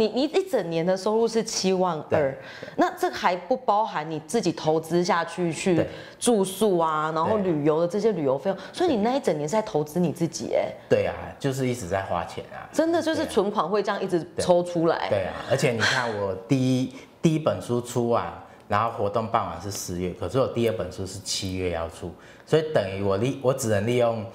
你一整年的收入是72000，那这还不包含你自己投资下去住宿啊，然后旅游的这些旅游费用，所以你那一整年是在投资你自己哎。 对啊，就是一直在花钱啊， 真的就是存款会这样一直抽出来。 对啊，而且你看我第一本书出完，然后活动办完是4月，可是我第2本书是7月要出，所以等于我只能利用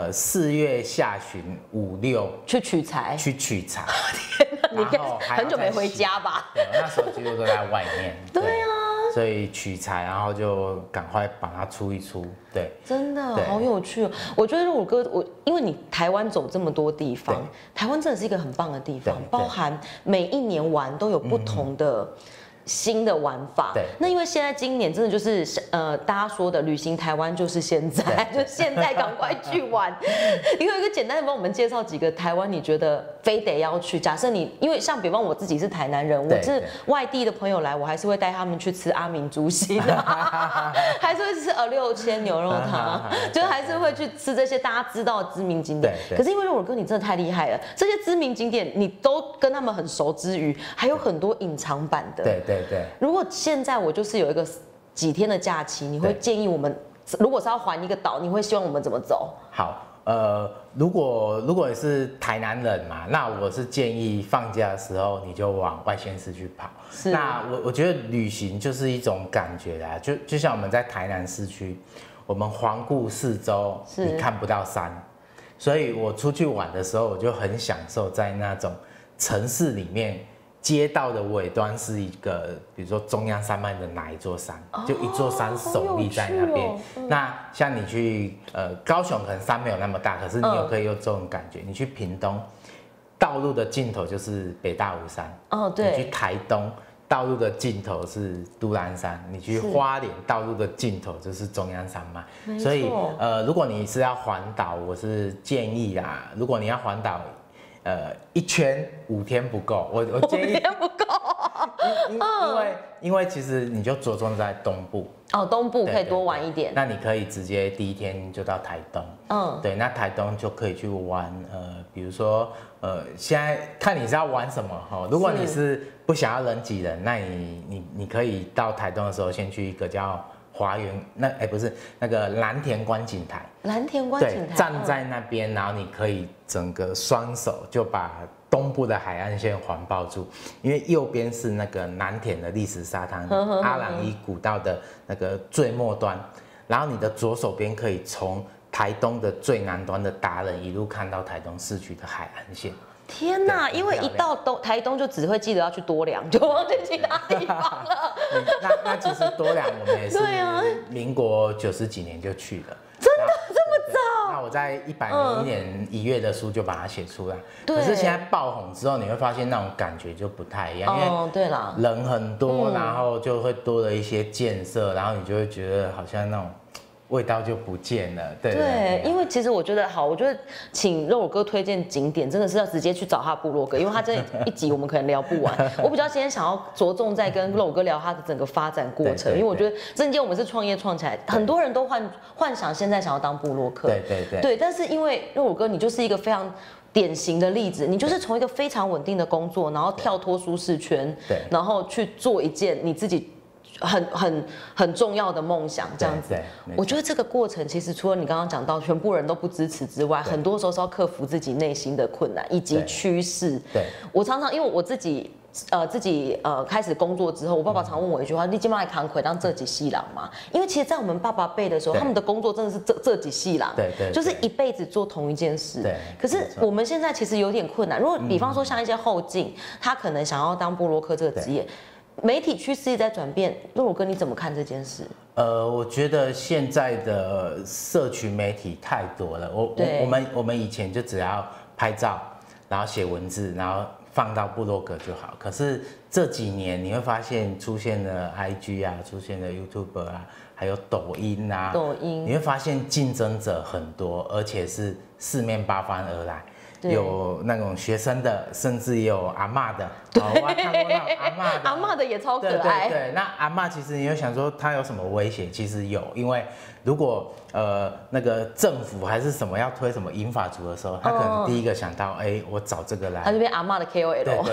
4月下旬5、6 去取材。天哪，你很久没回家吧？ 对，那时候几乎都在外面。 对啊。 所以取材，然后就赶快把它出一出，对， 真的好有趣哦。我觉得肉哥，因为你台湾走这么多地方，台湾真的是一个很棒的地方，包含每一年玩都有不同的新的玩法。 对， 那因为现在今年真的就是大家说的旅行台湾就是现在，就现在赶快去玩。你有一个简单的帮我们介绍几个台湾你觉得非得要去？假设你因为像比方我自己是台南人，我是外地的朋友来，我还是会带他们去吃阿明猪心，还是会吃6000牛肉汤，就还是会去吃这些大家知道的知名景点。可是因为肉哥你真的太厉害了，这些知名景点你都跟他们很熟之余，还有很多隐藏版的。 对。 如果现在我就是有一个几天的假期，你会建议我们，如果是要环一个岛，你会希望我们怎么走？ 好，如果你是台南人嘛，那我是建议放假的时候你就往外县市去跑。那我觉得旅行就是一种感觉啦，就像我们在台南市区，我们环顾四周，你看不到山，所以我出去玩的时候，我就很享受在那种城市里面。街道的尾端是一个，比如说中央山脉的哪一座山，就一座山耸立在那边。那像你去高雄，可能山没有那么大，可是你有可以有这种感觉。你去屏东，道路的尽头就是北大武山。对。你去台东，道路的尽头是都兰山；你去花莲，道路的尽头就是中央山脉。所以如果你是要环岛，我是建议啦，如果你要环岛。一圈5天不够，我建议5天不够，因为其实你就着重在东部东部可以多玩一点。 那你可以直接第1天就到台东，对，那台东就可以去玩比如说现在看你是要玩什么哈，如果你是不想要人挤人，那你可以到台东的时候先去一个叫。华园不是那个蓝田观景台， 蓝田观景台站在那边，然后你可以整个双手就把东部的海岸线环抱住，因为右边是那个南田的历史沙滩，阿朗伊古道的那个最末端，然后你的左手边可以从台东的最南端的达人一路看到台东市区的海岸线。 天哪！因为一到台东就只会记得要去多良，就忘记其他地方了。 那其实多良我们也是民国90几年就去了， 真的这么早？ 那我在101年1月的书就把它写出来。可是现在爆红之后，你会发现那种感觉就不太一样，因为对啦， 人很多，然后就会多了一些建设，然后你就会觉得好像那种。味道就不见了，对， 因为其实我觉得我觉得请肉哥推荐景点，真的是要直接去找他部落格，因为他这一集我们可能聊不完。我比较今天想要着重在跟肉哥聊他的整个发展过程，因为我觉得这件我们是创业创起来，很多人都幻想现在想要当部落客，对，但是因为肉哥你就是一个非常。典型的例子，你就是从一个非常稳定的工作，然后跳脱舒适圈，然后去做一件你自己很重要的梦想，这样子。我觉得这个过程其实除了你刚刚讲到全部人都不支持之外，很多时候是要克服自己内心的困难以及趋势。我常常因为我自己开始工作之后，我爸爸常问我一句话：“你今晚来扛魁当这几细郎嘛？”因为其实，在我们爸爸辈的时候，他们的工作真的是这几细郎，就是一辈子做同一件事。可是我们现在其实有点困难。如果比方说像一些后进，他可能想要当部落客这个职业。媒体趋势也在转变，肉哥你怎么看这件事？ 我觉得现在的社群媒体太多了。我们以前就只要拍照，然后写文字，然后放到部落格就好。可是这几年你会发现出现了 IG 啊，出现了 YouTube 啊，还有抖音啊，你会发现竞争者很多，而且是四面八方而来。有那种学生的，甚至也有阿嬷的。我还看过那种阿嬷的， 阿嬷的也超可爱。 对，那阿嬷其实你会想说她有什么威胁？其实有，因为如果那个政府还是什么要推什么银发族的时候，他可能第一个想到，我找这个来。 他就变阿嬷的 KOL。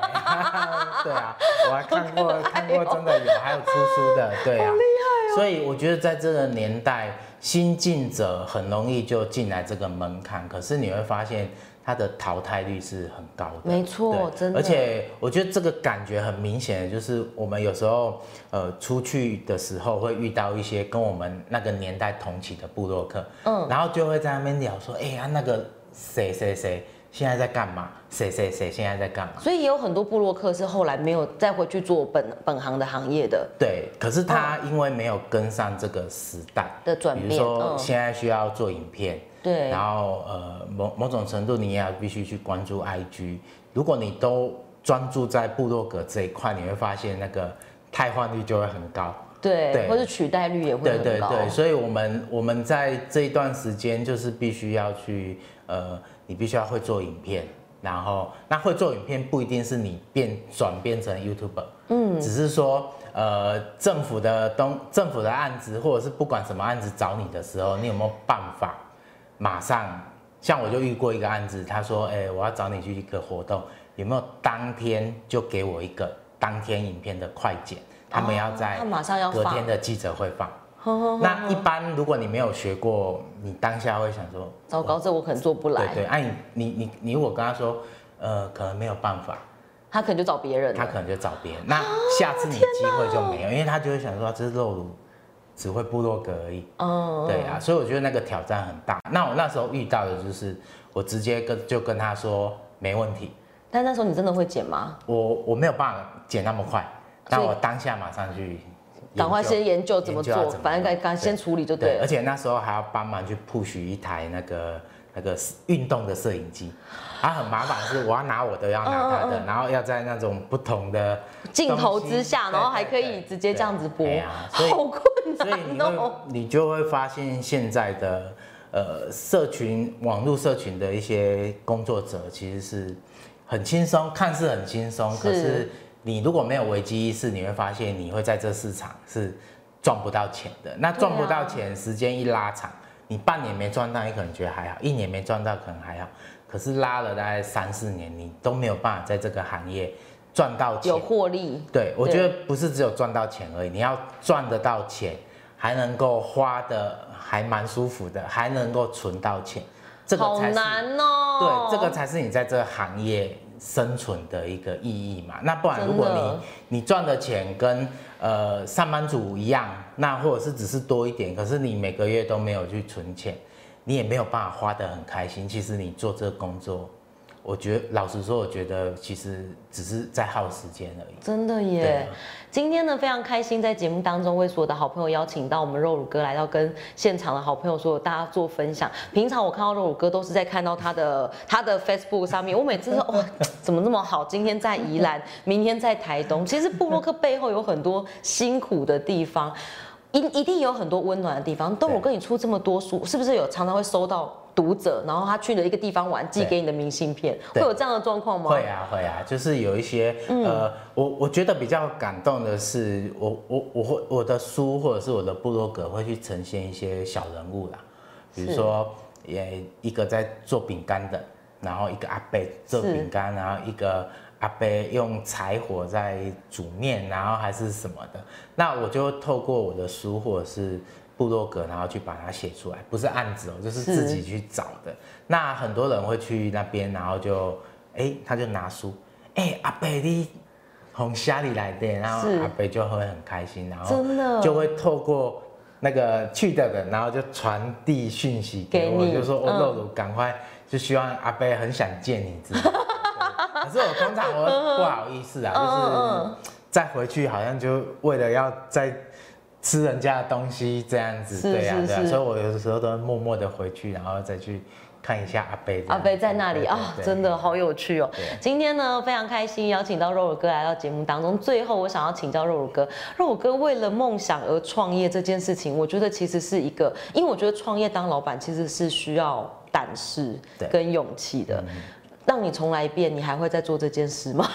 对啊，我还看过真的有，还有出书的，对啊， 好厉害哦。 所以我觉得在这个年代，新进者很容易就进来这个门槛，可是你会发现它的淘汰率是很高的。 没错，真的。 而且我觉得这个感觉很明显的，就是我们有时候出去的时候会遇到一些跟我们那个年代同期的部落客，然后就会在那边聊说，哎呀，那个谁谁谁现在在干嘛？谁谁谁现在在干嘛？ 所以也有很多部落客是后来没有再回去做本行的行业的。 对，可是他因为没有跟上这个时代的转变， 比如说现在需要做影片， 对， 然后某种程度你也要必须去关注 IG。如果你都专注在部落格这一块，你会发现那个汰换率就会很高。 对，或是取代率也会很高。 对，所以我们在这一段时间就是必须要去你必须要会做影片，然后那会做影片不一定是你转变成 YouTuber，只是说政府的案子或者是不管什么案子找你的时候，你有没有办法马上？像我就遇过一个案子，他说，我要找你去一个活动，有没有当天就给我一个当天影片的快剪？他们要在隔天的记者会放。那一般如果你没有学过，你当下会想说， 糟糕，这我可能做不来。 对，你如果跟他说，可能没有办法， 他可能就找别人。 他可能就找别人。那下次你机会就没有，因为他就会想说，这是肉乳只会部落格而已。对啊，所以我觉得那个挑战很大。那我那时候遇到的就是，我直接就跟他说没问题。 但那时候你真的会剪吗？ 我没有办法剪那么快，那我当下马上去。 赶快先研究怎么做，反正赶先处理就对了。 而且那时候还要帮忙去 push 一台那个运动的摄影机，很麻烦，是我要拿我的，要拿他的，然后要在那种不同的镜头之下，然后还可以直接这样子播，好困难哦。 所以你就会发现现在的网络社群的一些工作者其实是很轻松，看似很轻松，可是。你如果没有危机意识，你会发现你会在这市场是赚不到钱的。那赚不到钱，时间一拉长，你半年没赚到，你可能觉得还好；一年没赚到，可能还好。可是拉了大概3、4年，你都没有办法在这个行业赚到钱， 有获利。 对，我觉得不是只有赚到钱而已，你要赚得到钱，还能够花的还蛮舒服的，还能够存到钱，这个才是好难哦。 对，这个才是你在这个行业生存的一个意义嘛。那不然如果你赚的钱跟上班族一样，那或者是只是多一点，可是你每个月都没有去存钱，你也没有办法花得很开心。其实你做这个工作，我觉得老实说，我觉得其实只是在耗时间而已。 真的耶！今天呢非常开心，在节目当中为所有的好朋友邀请到我们肉乳哥来到跟现场的好朋友所有大家做分享。平常我看到肉乳哥都是在看到他的 Facebook 上面，我每次说哇怎么那么好？今天在宜兰，明天在台东。其实部落客背后有很多辛苦的地方。一定有很多温暖的地方。豆乳哥，你出这么多书，是不是有常常会收到读者，然后他去了一个地方玩，寄给你的明信片，会有这样的状况吗？ 会啊，就是有一些我觉得比较感动的是，我的书或者是我的部落格会去呈现一些小人物啦，比如说一个在做饼干的，然后一个阿伯做饼干，然后一个阿伯用柴火在煮面，然后还是什么的，那我就透过我的书或者是部落格，然后去把它写出来，不是案子哦，就是自己去找的。那很多人会去那边，然后他就拿书，阿伯你从虾里来的，然后阿伯就会很开心，然后就会透过那个去的人，然后就传递讯息给我，就说肉乳赶快，就希望阿伯很想见你，知道吗？可是我通常我会不好意思啊，就是再回去好像就为了要再吃人家的东西这样子，对啊，所以我有的时候都默默的回去，然后再去看一下阿伯在那里啊，真的好有趣哦。今天呢非常开心邀请到肉乳哥来到节目当中。最后我想要请教肉乳哥为了梦想而创业这件事情，我觉得其实是一个，因为我觉得创业当老板其实是需要胆识跟勇气的。让你重来一遍，你还会再做这件事吗？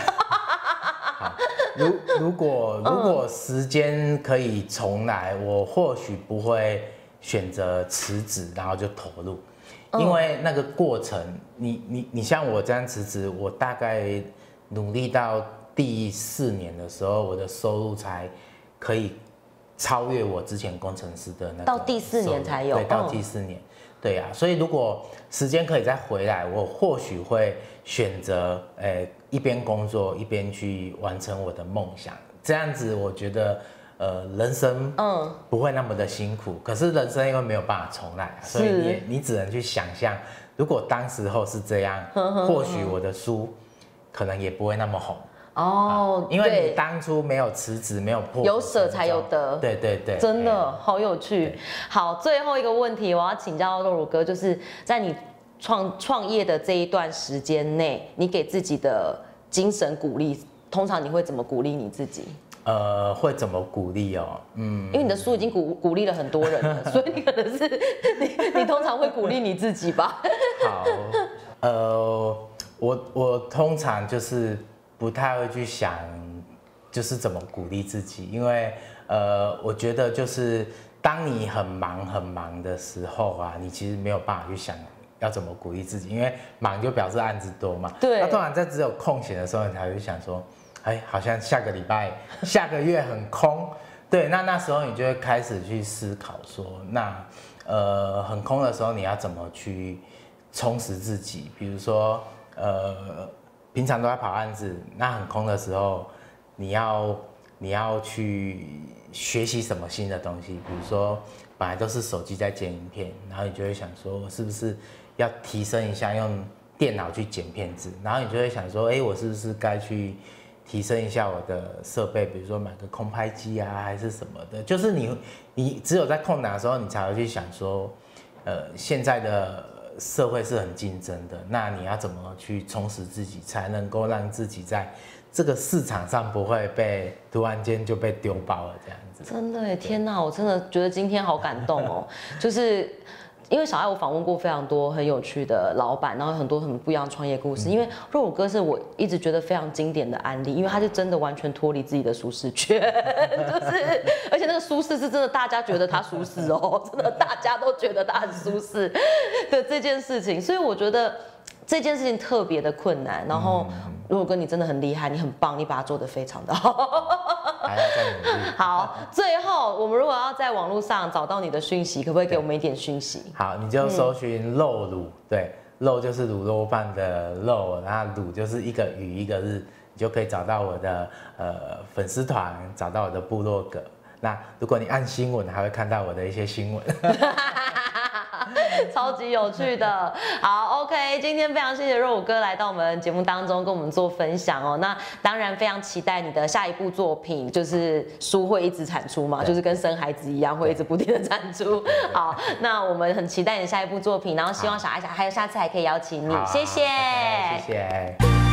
如果时间可以重来，我或许不会选择辞职，然后就投入，因为那个过程，你像我这样辞职，我大概努力到第4年的时候，我的收入才可以超越我之前工程师的那个。 到第4年才有。 对，到第4年。对呀，所以如果时间可以再回来，我或许会选择一边工作一边去完成我的梦想。这样子，我觉得人生不会那么的辛苦。可是人生因为没有办法重来，所以你只能去想象，如果当时候是这样，或许我的书可能也不会那么红。 哦， 因为你当初没有辞职，没有破， 有舍才有得。 对对对， 真的好有趣。好，最后一个问题，我要请教肉乳哥，就是在你创业的这一段时间内，你给自己的精神鼓励，通常你会怎么鼓励你自己？ 会怎么鼓励哦？ 因为你的书已经鼓励了很多人了，所以你可能是你通常会鼓励你自己吧？ 好，我通常就是不太会去想，就是怎么鼓励自己，因为我觉得就是当你很忙的时候啊，你其实没有办法去想要怎么鼓励自己，因为忙就表示案子多嘛。 对。 那通常在只有空闲的时候，你才会想说，好像下个礼拜、下个月很空。对，那时候你就会开始去思考说，那很空的时候你要怎么去充实自己？比如说平常都在跑案子，那很空的时候，你要去学习什么新的东西？比如说，本来都是手机在剪影片，然后你就会想说，我是不是要提升一下，用电脑去剪片子？然后你就会想说，我是不是该去提升一下我的设备？比如说买个空拍机啊，还是什么的？就是你只有在空档的时候，你才会去想说，现在的社会是很竞争的，那你要怎么去充实自己，才能够让自己在这个市场上不会被突然间就被丢包了这样子？真的耶，天哪，我真的觉得今天好感动哦，就是因为小爱我访问过非常多很有趣的老板，然后很多很不一样的创业故事。因为肉乳哥是我一直觉得非常经典的案例，因为他是真的完全脱离自己的舒适圈，就是而且那个舒适是真的大家觉得他舒适哦，真的大家都觉得他很舒适的这件事情，所以我觉得这件事情特别的困难。然后肉乳哥你真的很厉害，你很棒，你把它做得非常的好。 还要再努力。 好，最后我们如果要在网络上找到你的讯息，可不可以给我们一点讯息？ 好，你就搜寻肉乳，对，肉就是卤肉饭的肉，然后乳就是一个雨一个日，你就可以找到我的粉丝团，找到我的部落格。那如果你按新闻，还会看到我的一些新闻。 超级有趣的。好 ，OK， 今天非常谢谢肉乳哥来到我们节目当中跟我们做分享哦。那当然非常期待你的下一部作品，就是书会一直产出嘛，就是跟生孩子一样，会一直不停的产出。好，那我们很期待你的下一部作品，然后希望小爱还有下次还可以邀请你，谢谢， 谢谢。